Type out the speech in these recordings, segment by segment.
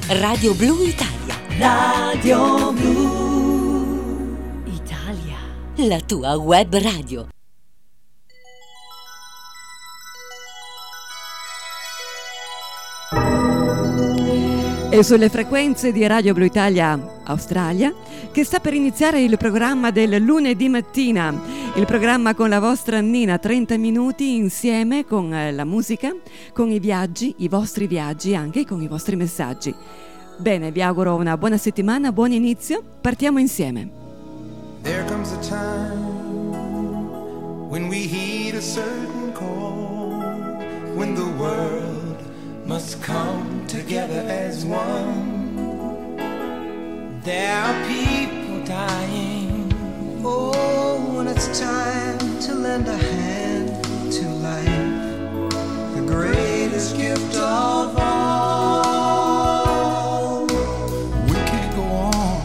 Radio Blu Italia. Radio Blu Italia. La tua web radio. E sulle frequenze di Radio Blu Italia Australia che sta per iniziare il programma del lunedì mattina, il programma con la vostra Nina, 30 minuti insieme con la musica, con i viaggi, i vostri viaggi, anche con i vostri messaggi. Bene, vi auguro una buona settimana, buon inizio, partiamo insieme. There comes a time when we heed a certain call, when the world must come together as one. There are people dying. Oh, when it's time to lend a hand to life, the greatest gift of all. We can't go on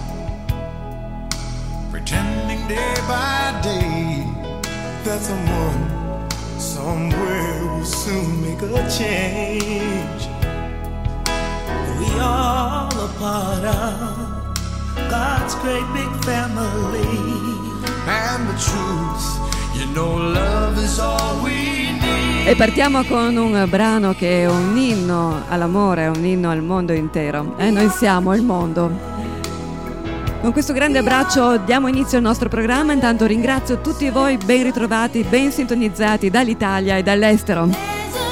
pretending day by day that someone somewhere will soon make a change. We all a part of God's great big family. And the truth, you know, love is all we need. E partiamo con un brano che è un inno all'amore, un inno al mondo intero. E noi siamo il mondo. Con questo grande abbraccio diamo inizio al nostro programma. Intanto ringrazio tutti voi ben ritrovati, ben sintonizzati dall'Italia e dall'estero.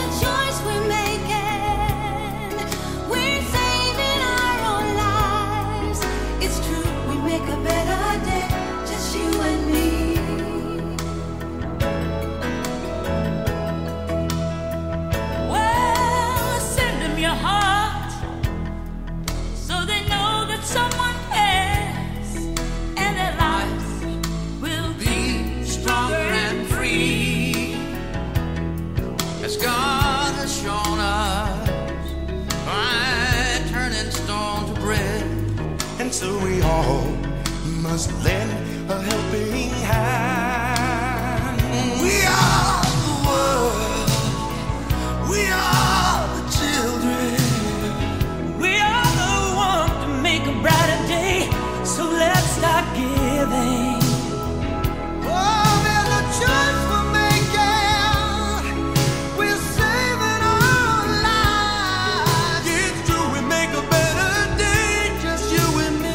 So we all must lend a helping hand. We are the world. We are the children. We are the one to make a brighter day. So let's start giving. Oh, there's a choice we're making. We're saving our lives. It's true, we make a better day. Just you and me.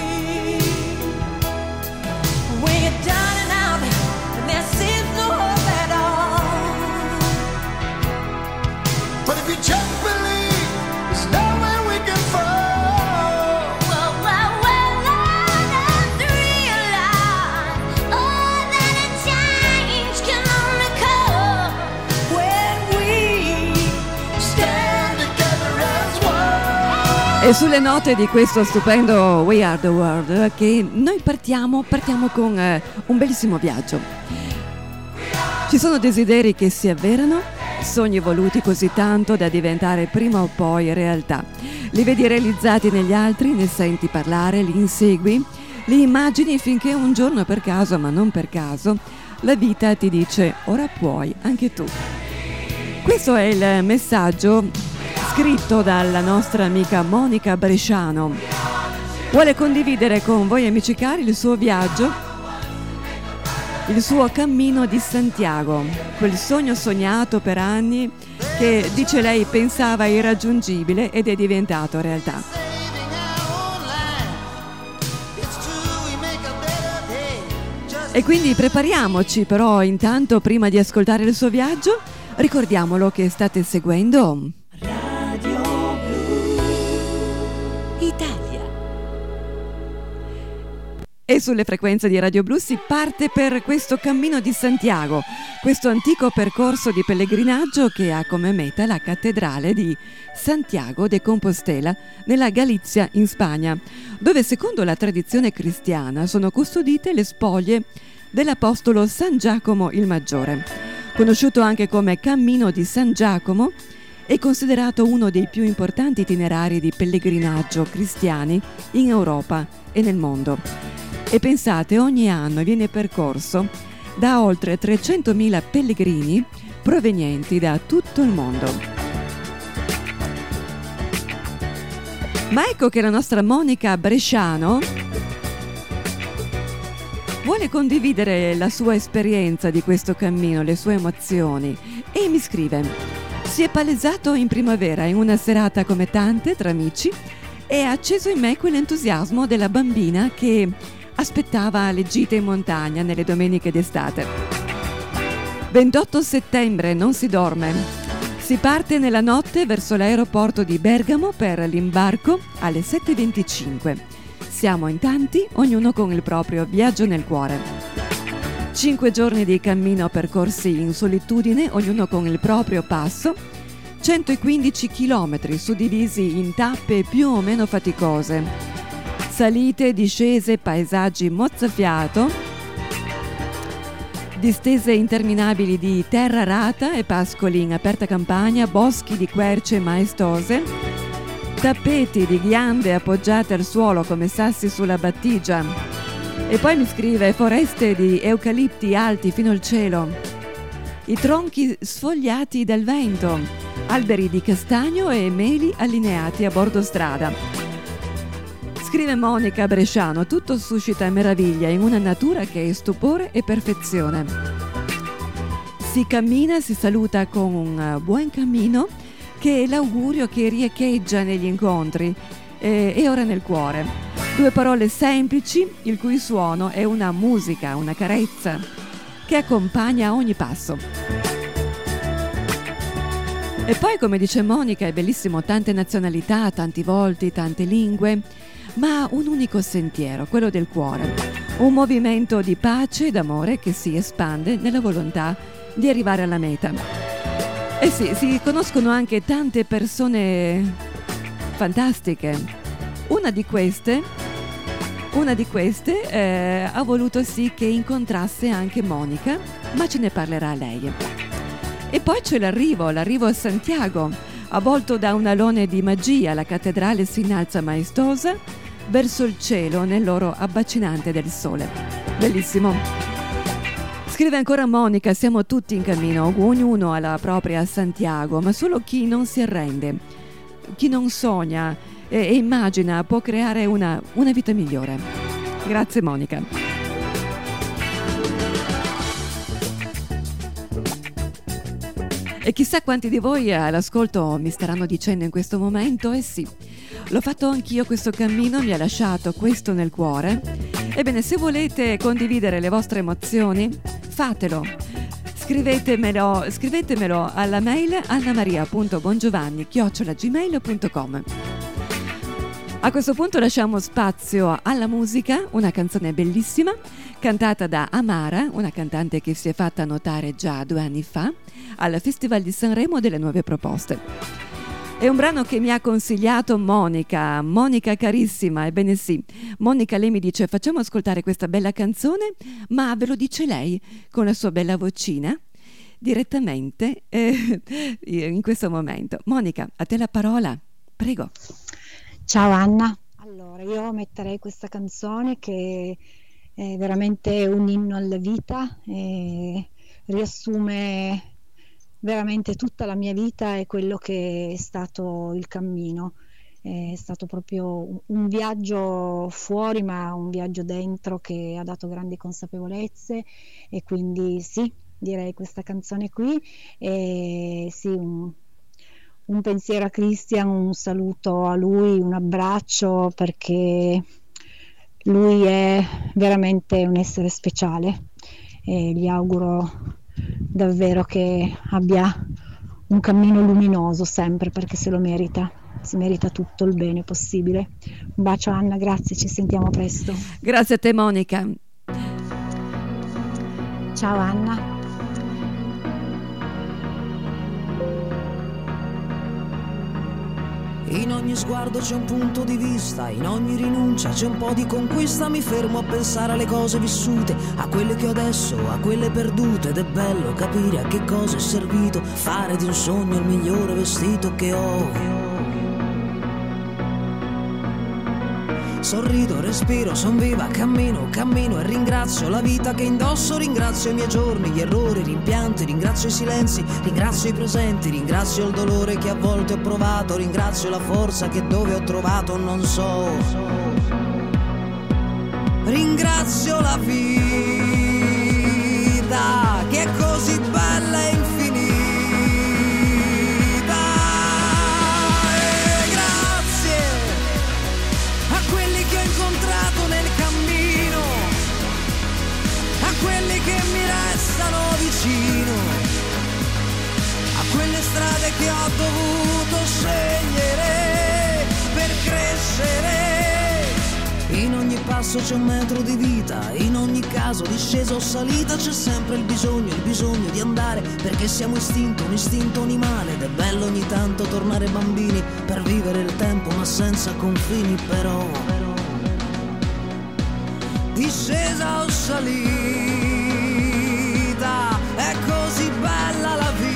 Just believe there's nowhere we can fall. Let's realize that a change can only come when we stand together as one. E sulle note di questo stupendo We Are the World che noi partiamo con un bellissimo viaggio. Ci sono desideri che si avverano, sogni voluti così tanto da diventare prima o poi realtà. Li vedi realizzati negli altri, ne senti parlare, li insegui, li immagini finché un giorno per caso, ma non per caso, la vita ti dice ora puoi anche tu. Questo è il messaggio scritto dalla nostra amica Monica Bresciano. Vuole condividere con voi amici cari il suo viaggio, il suo cammino di Santiago, quel sogno sognato per anni che, dice lei, pensava irraggiungibile ed è diventato realtà. E quindi prepariamoci, però intanto, prima di ascoltare il suo viaggio, ricordiamolo che state seguendo Radio Blu Italia. E sulle frequenze di Radio Blu si parte per questo cammino di Santiago, questo antico percorso di pellegrinaggio che ha come meta la cattedrale di Santiago de Compostela nella Galizia in Spagna, dove secondo la tradizione cristiana sono custodite le spoglie dell'apostolo San Giacomo il Maggiore. Conosciuto anche come Cammino di San Giacomo, è considerato uno dei più importanti itinerari di pellegrinaggio cristiani in Europa e nel mondo. E pensate, ogni anno viene percorso da oltre 300.000 pellegrini provenienti da tutto il mondo. Ma ecco che la nostra Monica Bresciano vuole condividere la sua esperienza di questo cammino, le sue emozioni, e mi scrive: si è palesato in primavera in una serata come tante tra amici e ha acceso in me quell'entusiasmo della bambina che aspettava le gite in montagna nelle domeniche d'estate. 28 settembre, non si dorme. Si parte nella notte verso l'aeroporto di Bergamo per l'imbarco alle 7:25. Siamo in tanti, ognuno con il proprio viaggio nel cuore. 5 giorni di cammino percorsi in solitudine, ognuno con il proprio passo. 115 chilometri suddivisi in tappe più o meno faticose. Salite, discese, paesaggi mozzafiato, distese interminabili di terra arata e pascoli in aperta campagna, boschi di querce maestose, tappeti di ghiande appoggiate al suolo come sassi sulla battigia. E poi mi scrive: foreste di eucalipti alti fino al cielo, i tronchi sfogliati dal vento, alberi di castagno e meli allineati a bordo strada. Scrive Monica Bresciano: tutto suscita meraviglia in una natura che è stupore e perfezione. Si cammina, si saluta con un buon cammino, che è l'augurio che riecheggia negli incontri e ora nel cuore. 2 parole semplici, il cui suono è una musica, una carezza che accompagna ogni passo. E poi, come dice Monica, è bellissimo: tante nazionalità, tanti volti, tante lingue, ma un unico sentiero, quello del cuore, un movimento di pace e d'amore che si espande nella volontà di arrivare alla meta. E sì, si conoscono anche tante persone fantastiche. Una di queste ha voluto sì che incontrasse anche Monica, ma ce ne parlerà lei. E poi c'è l'arrivo a Santiago, avvolto da un alone di magia. La cattedrale si innalza maestosa verso il cielo nell'oro abbacinante del sole. Bellissimo. Scrive ancora Monica: siamo tutti in cammino, ognuno alla propria Santiago, ma solo chi non si arrende, chi non sogna e immagina può creare una vita migliore. Grazie Monica. E chissà quanti di voi all'ascolto mi staranno dicendo in questo momento: eh sì, l'ho fatto anch'io questo cammino, mi ha lasciato questo nel cuore. Ebbene, se volete condividere le vostre emozioni, fatelo. Scrivetemelo alla mail annamaria.bongiovanni@gmail.com. A questo punto lasciamo spazio alla musica, una canzone bellissima cantata da Amara, una cantante che si è fatta notare già 2 anni fa al Festival di Sanremo delle Nuove Proposte. È un brano che mi ha consigliato Monica carissima. Ebbene sì, Monica, lei mi dice: facciamo ascoltare questa bella canzone, ma ve lo dice lei con la sua bella vocina direttamente in questo momento. Monica, a te la parola, prego. Ciao Anna, allora io metterei questa canzone che è veramente un inno alla vita e riassume veramente tutta la mia vita e quello che è stato il cammino. È stato proprio un viaggio fuori, ma un viaggio dentro che ha dato grandi consapevolezze, e quindi sì, direi questa canzone qui. E sì, un pensiero a Christian, un saluto a lui, un abbraccio, perché lui è veramente un essere speciale e gli auguro davvero che abbia un cammino luminoso sempre, perché se lo merita, si merita tutto il bene possibile. Un bacio Anna, grazie, ci sentiamo presto. Grazie a te Monica. Ciao Anna. In ogni sguardo c'è un punto di vista, in ogni rinuncia c'è un po' di conquista. Mi fermo a pensare alle cose vissute, a quelle che ho adesso, a quelle perdute. Ed è bello capire a che cosa è servito fare di un sogno il migliore vestito che ho. Sorrido, respiro, son viva, cammino e ringrazio la vita che indosso, ringrazio i miei giorni, gli errori, i rimpianti, ringrazio i silenzi, ringrazio i presenti, ringrazio il dolore che a volte ho provato, ringrazio la forza che dove ho trovato non so. Ringrazio la vita che è così bella e infinita. E grazie a quelli che ho incontrato nel cammino, a quelli che mi restano vicino, a quelle strade che ho dovuto scegliere per crescere. In ogni passo c'è un metro di vita, in ogni caso discesa o salita c'è sempre il bisogno di andare, perché siamo istinto, un istinto animale, ed è bello ogni tanto tornare bambini per vivere il tempo ma senza confini. Però discesa o salita è così bella la vita.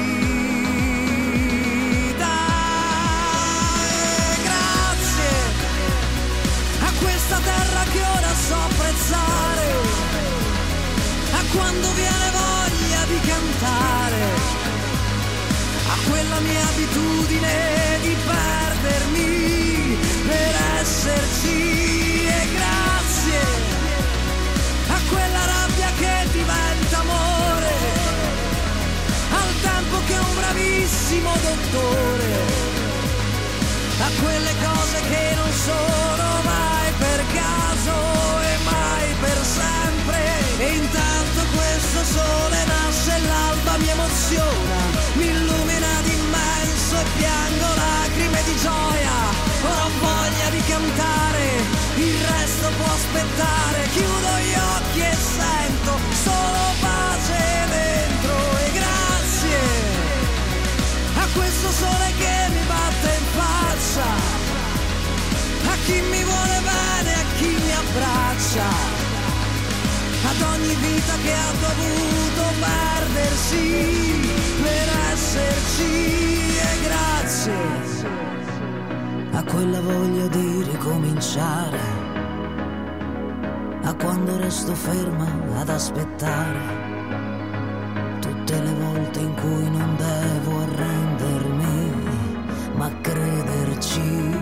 Questa terra che ora so apprezzare, a quando viene voglia di cantare, a quella mia abitudine di perdermi per esserci. E grazie a quella rabbia che diventa amore, al tempo che è un bravissimo dottore, a quelle cose che non sono mai per caso e mai per sempre. E intanto questo sole nasce, l'alba mi emoziona, mi illumina d'immenso e piango lacrime di gioia. Ora ho voglia di cantare, il resto può aspettare. Chiudo gli occhi e sento solo pace dentro. E grazie a questo sole che mi batte in faccia, a chi mi vuole bene, a chi mi abbraccia, ad ogni vita che ha dovuto perdersi per esserci. E grazie a quella voglia di ricominciare, a quando resto ferma ad aspettare, tutte le volte in cui non devo arrendermi ma crederci.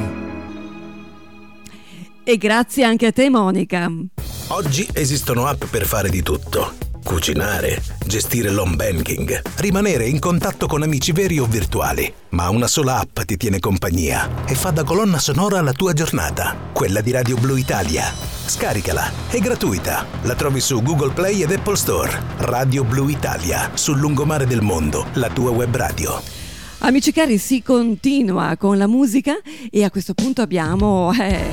E grazie anche a te, Monica. Oggi esistono app per fare di tutto: cucinare, gestire l'home banking, rimanere in contatto con amici veri o virtuali. Ma una sola app ti tiene compagnia e fa da colonna sonora alla tua giornata, quella di Radio Blu Italia. Scaricala, è gratuita. La trovi su Google Play ed Apple Store. Radio Blu Italia, sul lungomare del mondo, la tua web radio. Amici cari, si continua con la musica e a questo punto abbiamo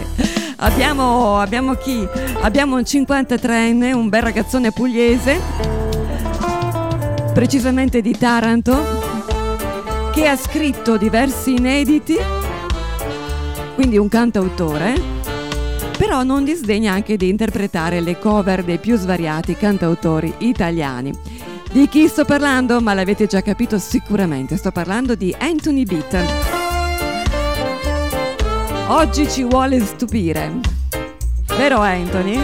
chi? Abbiamo un 53enne, un bel ragazzone pugliese, precisamente di Taranto, che ha scritto diversi inediti, quindi un cantautore, però non disdegna anche di interpretare le cover dei più svariati cantautori italiani. Di chi sto parlando? Ma l'avete già capito sicuramente, sto parlando di Anthony Beat. Oggi ci vuole stupire, vero Anthony?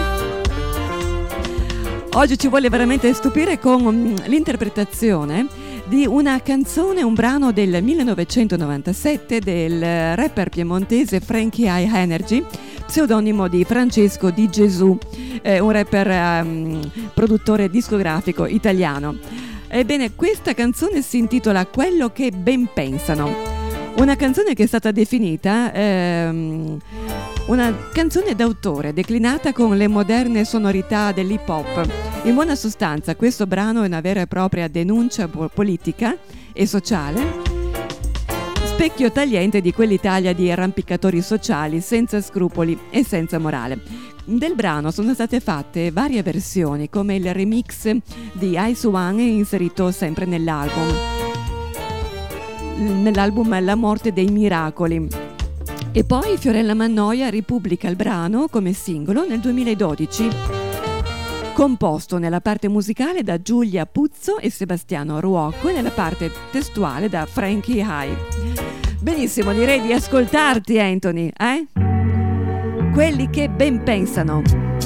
Oggi ci vuole veramente stupire con l'interpretazione di una canzone, un brano del 1997 del rapper piemontese Frankie High Energy, pseudonimo di Francesco Di Gesù, un rapper produttore discografico italiano. Ebbene, questa canzone si intitola Quello che ben pensano. Una canzone che è stata definita una canzone d'autore declinata con le moderne sonorità dell'hip hop. In buona sostanza, questo brano è una vera e propria denuncia politica e sociale, specchio tagliente di quell'Italia di arrampicatori sociali senza scrupoli e senza morale. Del brano sono state fatte varie versioni, come il remix di Ice One inserito sempre nell'album La morte dei miracoli. E poi Fiorella Mannoia ripubblica il brano come singolo nel 2012, composto nella parte musicale da Giulia Puzzo e Sebastiano Ruocco e nella parte testuale da Frankie High. Benissimo, direi di ascoltarti, Anthony, eh? quelli che ben pensano.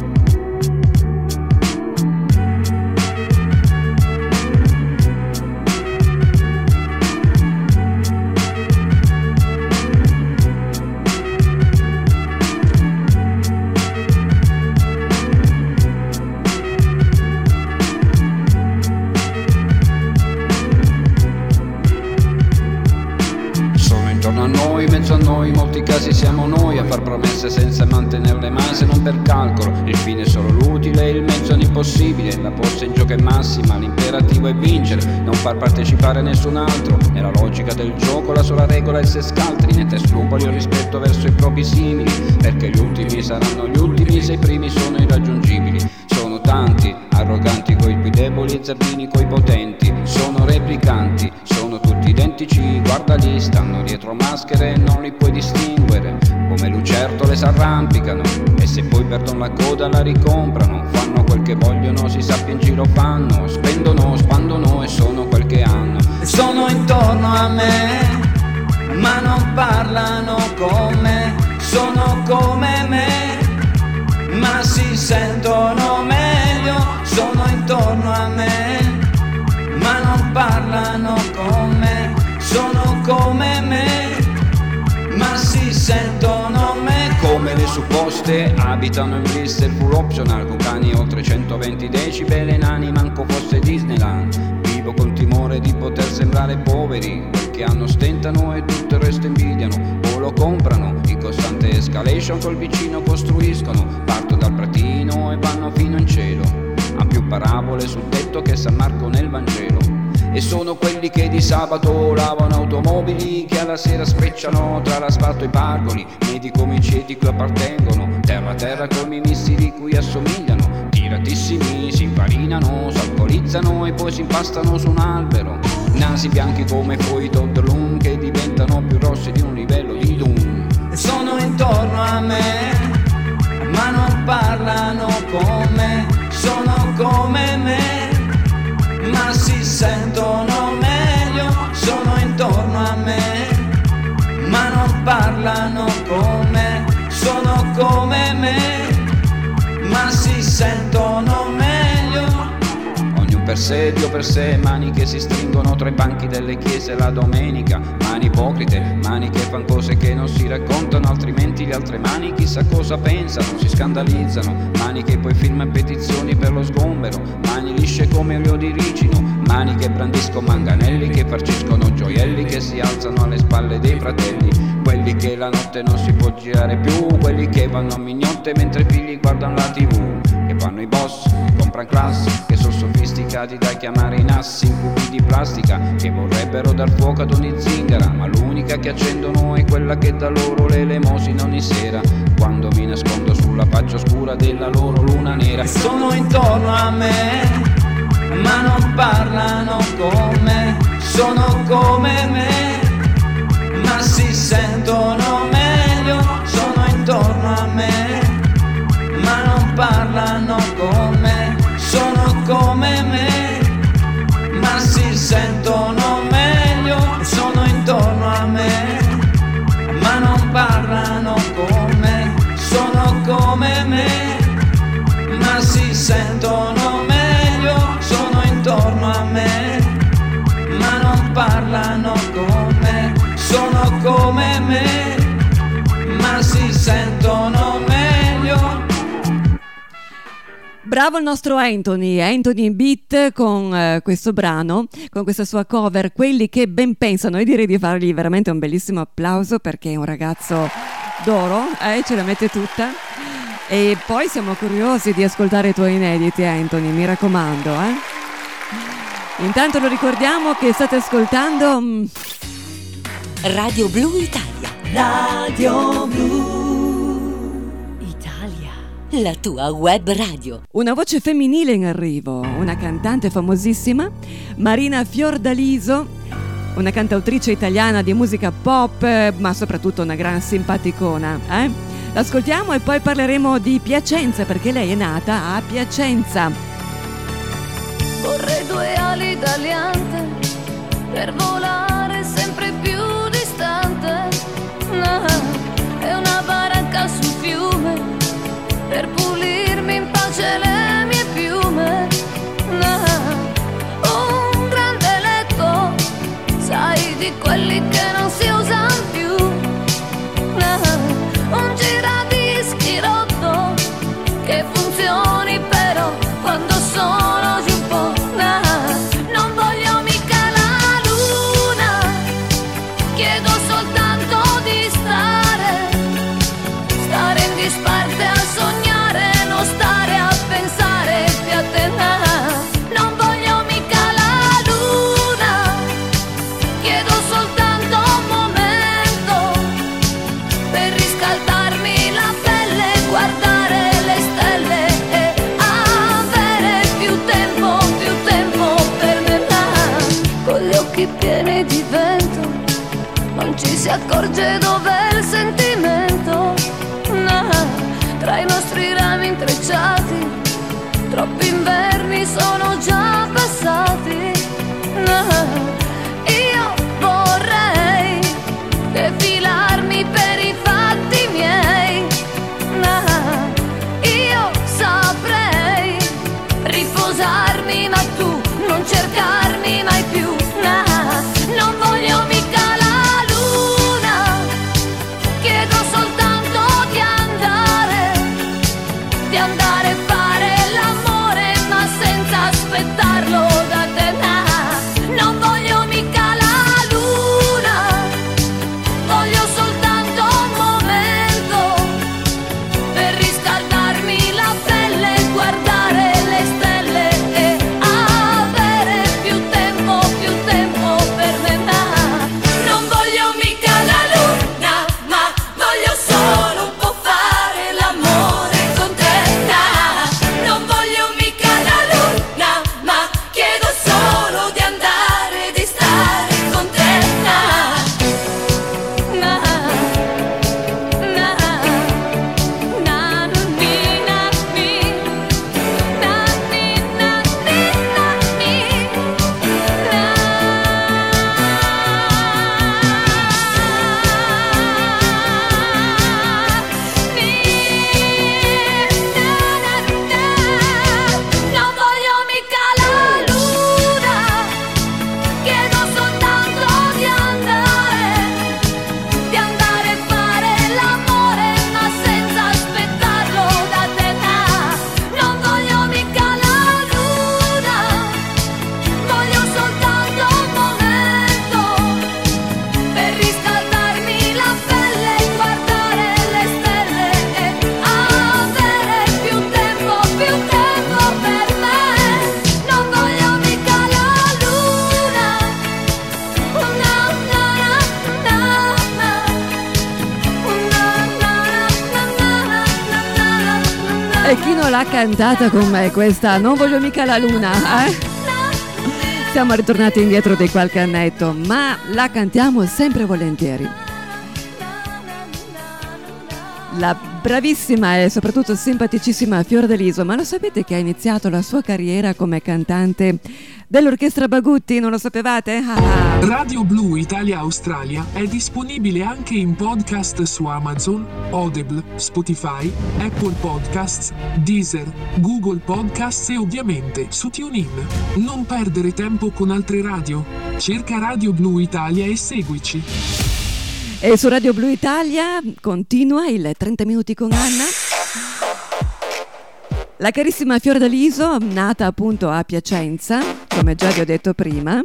Mezzo a noi, in molti casi siamo noi a far promesse senza mantenerle mai, se non per calcolo. Il fine è solo l'utile, il mezzo è l'impossibile. La posta in gioco è massima, l'imperativo è vincere, non far partecipare nessun altro. Nella logica del gioco la sola regola è se scaltri, niente scrupoli o rispetto verso i propri simili, perché gli ultimi saranno gli ultimi se i primi sono irraggiungibili. Sono tanti, arroganti coi più deboli e zerbini coi potenti, sono replicanti, sono tutti identici, guardali, stanno dietro maschere e non li puoi distinguere, come lucertole s'arrampicano e se poi perdono la coda la ricomprano, fanno quel che vogliono, si sappia in giro fanno, spendono, spandono e sono quel che hanno. E sono intorno a me, ma non parlano con me, sono come me, ma si sentono meglio, sono intorno a me, ma non parlano con me, sono come me, ma si sentono me. Come le supposte abitano in blister full optional, con cani oltre 120 decibel e nani manco fosse Disneyland. Vivo con timore di poter sembrare poveri, quel che hanno stentano e tutto il resto invidiano, o lo comprano, in costante escalation col vicino costruiscono, parto dal pratino e vanno fino in cielo, han più parabole sul tetto che San Marco nel Vangelo. E sono quelli che di sabato lavano automobili, che alla sera sprecciano tra l'asfalto e i pargoli, medicomici e di cui appartengono, terra a terra come i missili cui assomigliano, tiratissimi si infarinano, s'alcolizzano e poi si impastano su un albero, nasi bianchi come fuochi Toddalum che diventano più rossi di un livello di Doom. E sono intorno a me, ma non parlano con me, sono come me, ma si sentono meglio, sono intorno a me, ma non parlano con me, sono come me, ma si sentono meglio. Ognuno per sé, Dio per sé, mani che si stringono tra i banchi delle chiese la domenica, mani ipocrite, mani che fan cose che non si raccontano, altrimenti le altre mani chissà cosa pensano, si scandalizzano, mani che poi firmano petizioni per lo sgombero, mani lisce come olio di ricino, mani che brandiscono manganelli, che farciscono gioielli, che si alzano alle spalle dei fratelli, quelli che la notte non si può girare più, quelli che vanno a mignotte mentre i figli guardano la TV, che fanno i boss, compran class, che sono sofisticati da chiamare i nassi, incubi di plastica, che vorrebbero dar fuoco ad ogni zingara, ma l'unica che accendono è quella che dà loro le elemosine ogni sera, quando mi nascondo sulla faccia oscura della loro luna nera. Sono intorno a me, ma non parlano con me, sono come me, ma si sentono meglio, sono intorno a me, ma non parlano con me, sono come me, ma si sentono meglio, sono intorno a me, ma non parlano con me, sono come me, ma si sentono meglio, sono intorno a me, ma non parlano con me, sono come me, ma si sentono meglio. Bravo il nostro Anthony in beat con questo brano, con questa sua cover, quelli che ben pensano, e direi di fargli veramente un bellissimo applauso perché è un ragazzo d'oro, ce la mette tutta. E poi siamo curiosi di ascoltare i tuoi inediti, Anthony, mi raccomando. Intanto lo ricordiamo che state ascoltando Radio Blu Italia. Radio Blu Italia, la tua web radio. Una voce femminile in arrivo, una cantante famosissima, Marina Fiordaliso, una cantautrice italiana di musica pop, ma soprattutto una gran simpaticona. L'ascoltiamo e poi parleremo di Piacenza, perché lei è nata a Piacenza. Vorrei 2 ali d'aliante per volare sempre più distante. E una baracca sul fiume si accorge dov'è il sentimento. Tra i nostri rami intrecciati, troppi inverni sono già passati. Io vorrei defilarmi per i fatti miei. Io saprei riposarmi, ma tu non cercarmi mai più. Non voglio mica la luna, chiedo soltanto di andare a fare l'amore, ma senza aspettarlo da te. Non voglio mica la luna, voglio soltanto un momento per riscaldarmi la pelle, guardare le stelle e avere più tempo per me. Non voglio mica la luna, ma voglio solo un po' fare l'amore con te. Non voglio mica la luna, ma chiedo solo di andare, di stare con te. Non voglio mica la luna, chiedo soltanto di andare a fare l'amore, ma senza aspettarlo da te. Non voglio mica la luna, voglio soltanto un momento per riscaldarmi la pelle, guardare le stelle e avere più tempo per me. Non voglio mica la luna, E chi non l'ha cantata con me questa? Non voglio mica la luna, eh? Siamo ritornati indietro di qualche annetto, ma la cantiamo sempre volentieri. La bravissima e soprattutto simpaticissima Fiordaliso, ma lo sapete che ha iniziato la sua carriera come cantante dell'orchestra Bagutti? Non lo sapevate? Radio Blu Italia Australia è disponibile anche in podcast su Amazon, Audible, Spotify, Apple Podcasts, Deezer, Google Podcasts e ovviamente su TuneIn. Non perdere tempo con altre radio. Cerca Radio Blu Italia e seguici. E su Radio Blu Italia continua il 30 minuti con Anna. La carissima Fiordaliso, nata appunto a Piacenza, come già vi ho detto prima,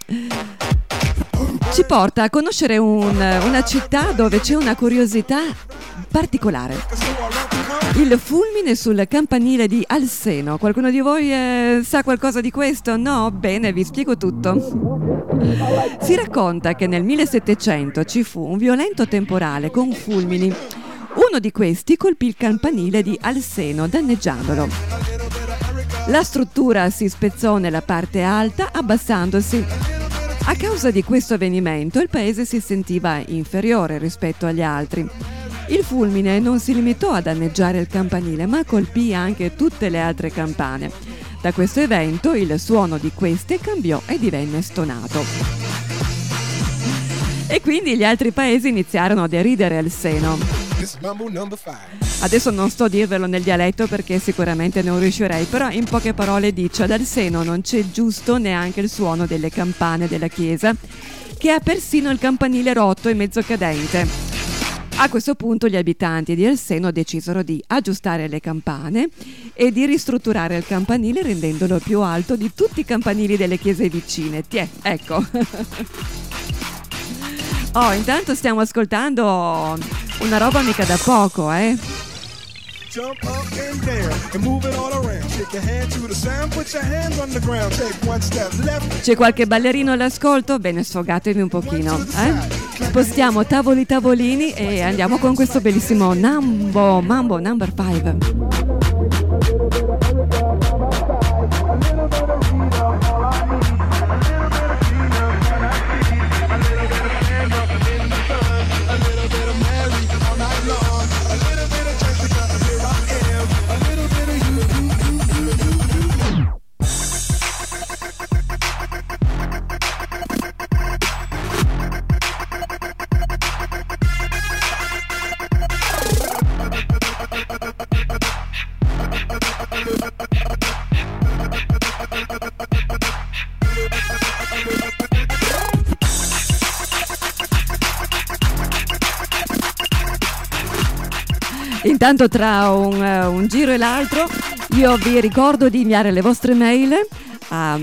ci porta a conoscere una città dove c'è una curiosità particolare. Il fulmine sul campanile di Alseno. Qualcuno di voi sa qualcosa di questo? No? Bene, vi spiego tutto. Si racconta che nel 1700 ci fu un violento temporale con fulmini. Uno di questi colpì il campanile di Alseno, danneggiandolo. La struttura si spezzò nella parte alta, abbassandosi. A causa di questo avvenimento il paese si sentiva inferiore rispetto agli altri. Il fulmine non si limitò a danneggiare il campanile, ma colpì anche tutte le altre campane. Da questo evento il suono di queste cambiò e divenne stonato. E quindi gli altri paesi iniziarono a deridere Alseno. Adesso non sto a dirvelo nel dialetto perché sicuramente non riuscirei, però in poche parole dice: ad Alseno non c'è giusto neanche il suono delle campane della chiesa, che ha persino il campanile rotto e mezzo cadente. A questo punto gli abitanti di Alseno decisero di aggiustare le campane e di ristrutturare il campanile rendendolo più alto di tutti i campanili delle chiese vicine. Ecco. Oh, intanto stiamo ascoltando una roba mica da poco, eh? Jump up and down and move it all around. Take your hand to the sound, put your hands on the ground. Take one step left. C'è qualche ballerino all'ascolto? Bene, sfogatevi un pochino, eh? Spostiamo tavolini e andiamo con questo bellissimo Mambo number 5. A little bit of freedom, all I need. A little bit of Intanto tra un giro e l'altro io vi ricordo di inviare le vostre mail a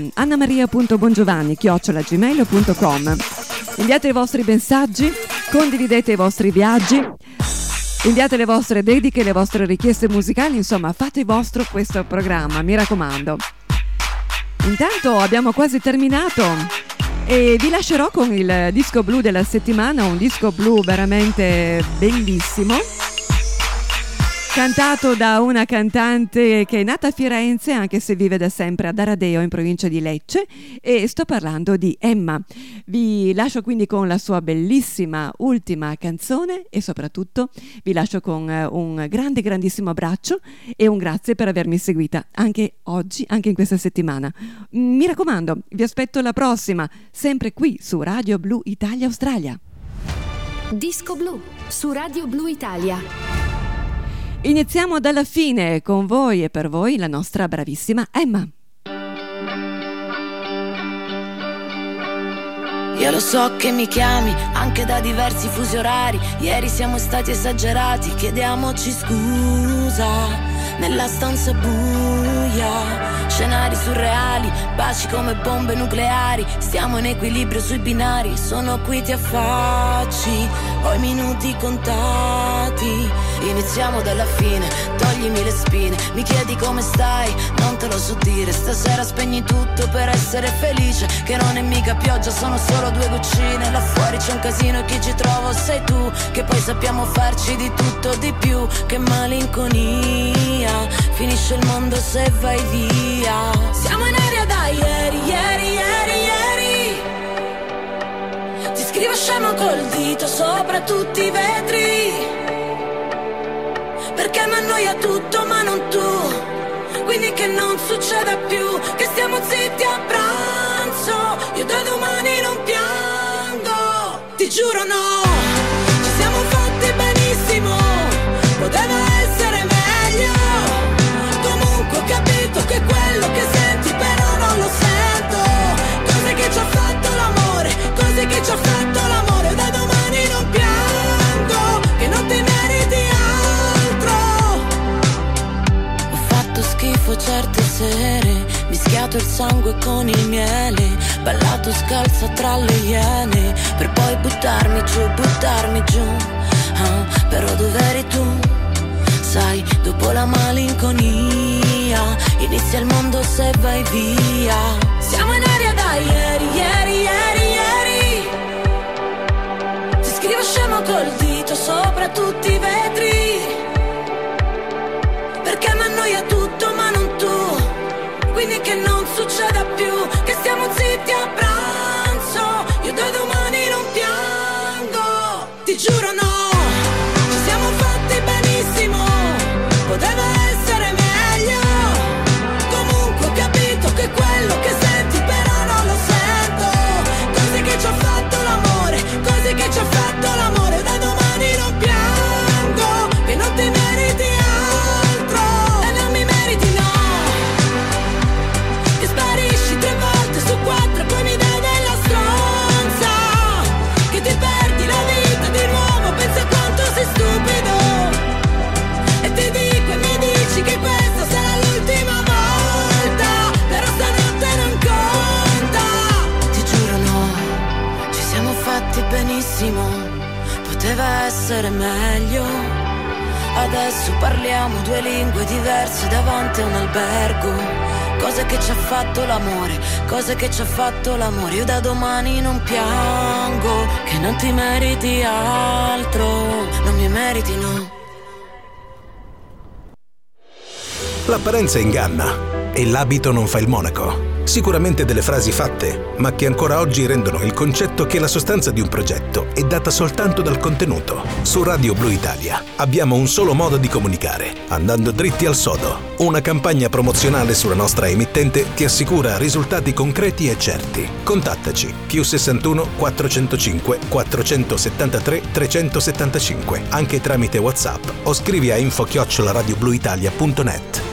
annamaria.bongiovanni@gmail.com. Inviate i vostri messaggi, condividete i vostri viaggi, inviate le vostre dediche, le vostre richieste musicali, insomma fate vostro questo programma, mi raccomando. Intanto abbiamo quasi terminato e vi lascerò con il disco blu della settimana, un disco blu veramente bellissimo, cantato da una cantante che è nata a Firenze anche se vive da sempre ad Aradeo in provincia di Lecce, e sto parlando di Emma. Vi lascio quindi con la sua bellissima ultima canzone e soprattutto vi lascio con un grandissimo abbraccio e un grazie per avermi seguita anche oggi, anche in questa settimana. Mi raccomando, vi aspetto alla prossima, sempre qui su Radio Blu Italia Australia. Disco Blu su Radio Blu Italia. Iniziamo dalla fine, con voi e per voi la nostra bravissima Emma. Io lo so che mi chiami anche da diversi fusi orari. Ieri siamo stati esagerati, chiediamoci scusa. Nella stanza buia, scenari surreali, baci come bombe nucleari. Stiamo in equilibrio sui binari, sono qui ti affacci, ho i minuti contati. Iniziamo dalla fine, toglimi le spine. Mi chiedi come stai, non te lo so dire. Stasera spegni tutto per essere felice, che non è mica pioggia, sono solo 2 goccine. Là fuori c'è un casino e chi ci trovo sei tu, che poi sappiamo farci di tutto di più. Che malinconia, finisce il mondo se vai via. Siamo in aria da ieri. Ti scrivo scemo col dito sopra tutti i vetri, perché mi annoia tutto ma non tu. Quindi che non succeda più, che stiamo zitti a pranzo. Io da domani non piango, ti giuro no. Ci siamo fatti benissimo, poteva essere meglio. Comunque ho capito che quello che senti però non lo sento. Cose che ci ha fatto l'amore, cose che ci ha fatto l'amore. Da domani non piango, che non ti meriti altro. Ho fatto schifo certe sere, mischiato il sangue con il miele, ballato scalza tra le iene, per poi buttarmi giù, però dov'eri tu? Sai, dopo la malinconia inizia il mondo se vai via. Siamo in aria da ieri. Ti scrivo scemo col dito sopra tutti i vetri, perché mi annoia tutto ma non tu. Quindi che non succeda più, che stiamo zitti a pranzo. Io da domani non piango, ti giuro no. Ci siamo fatti benissimo, poteva essere meglio. Comunque ho capito che quello che senti però non lo sento. Cose che ci ha fatto l'amore, cose che ci ha fatto l'amore. Da domani non piango, che non ti meriti altro. E non mi meriti no. Che sparisci 3 volte su 4 e poi mi dai della stronza. Che ti perdi la vita di nuovo, pensa quanto sei stupido. E ti dico e mi dici che questa sarà l'ultima volta, però stanotte non conta. Ti giuro no, ci siamo fatti benissimo, poteva essere meglio. Adesso parliamo 2 lingue diverse davanti a un albergo. Cose che ci ha fatto l'amore, cose che ci ha fatto l'amore. Io da domani non piango, che non ti meriti altro, non mi meriti no. L'apparenza inganna e l'abito non fa il monaco. Sicuramente delle frasi fatte, ma che ancora oggi rendono il concetto che la sostanza di un progetto è data soltanto dal contenuto. Su Radio Blu Italia abbiamo un solo modo di comunicare, andando dritti al sodo. Una campagna promozionale sulla nostra emittente ti assicura risultati concreti e certi. Contattaci +61 405 473 375, anche tramite WhatsApp, o scrivi a info@radiobluitalia.net.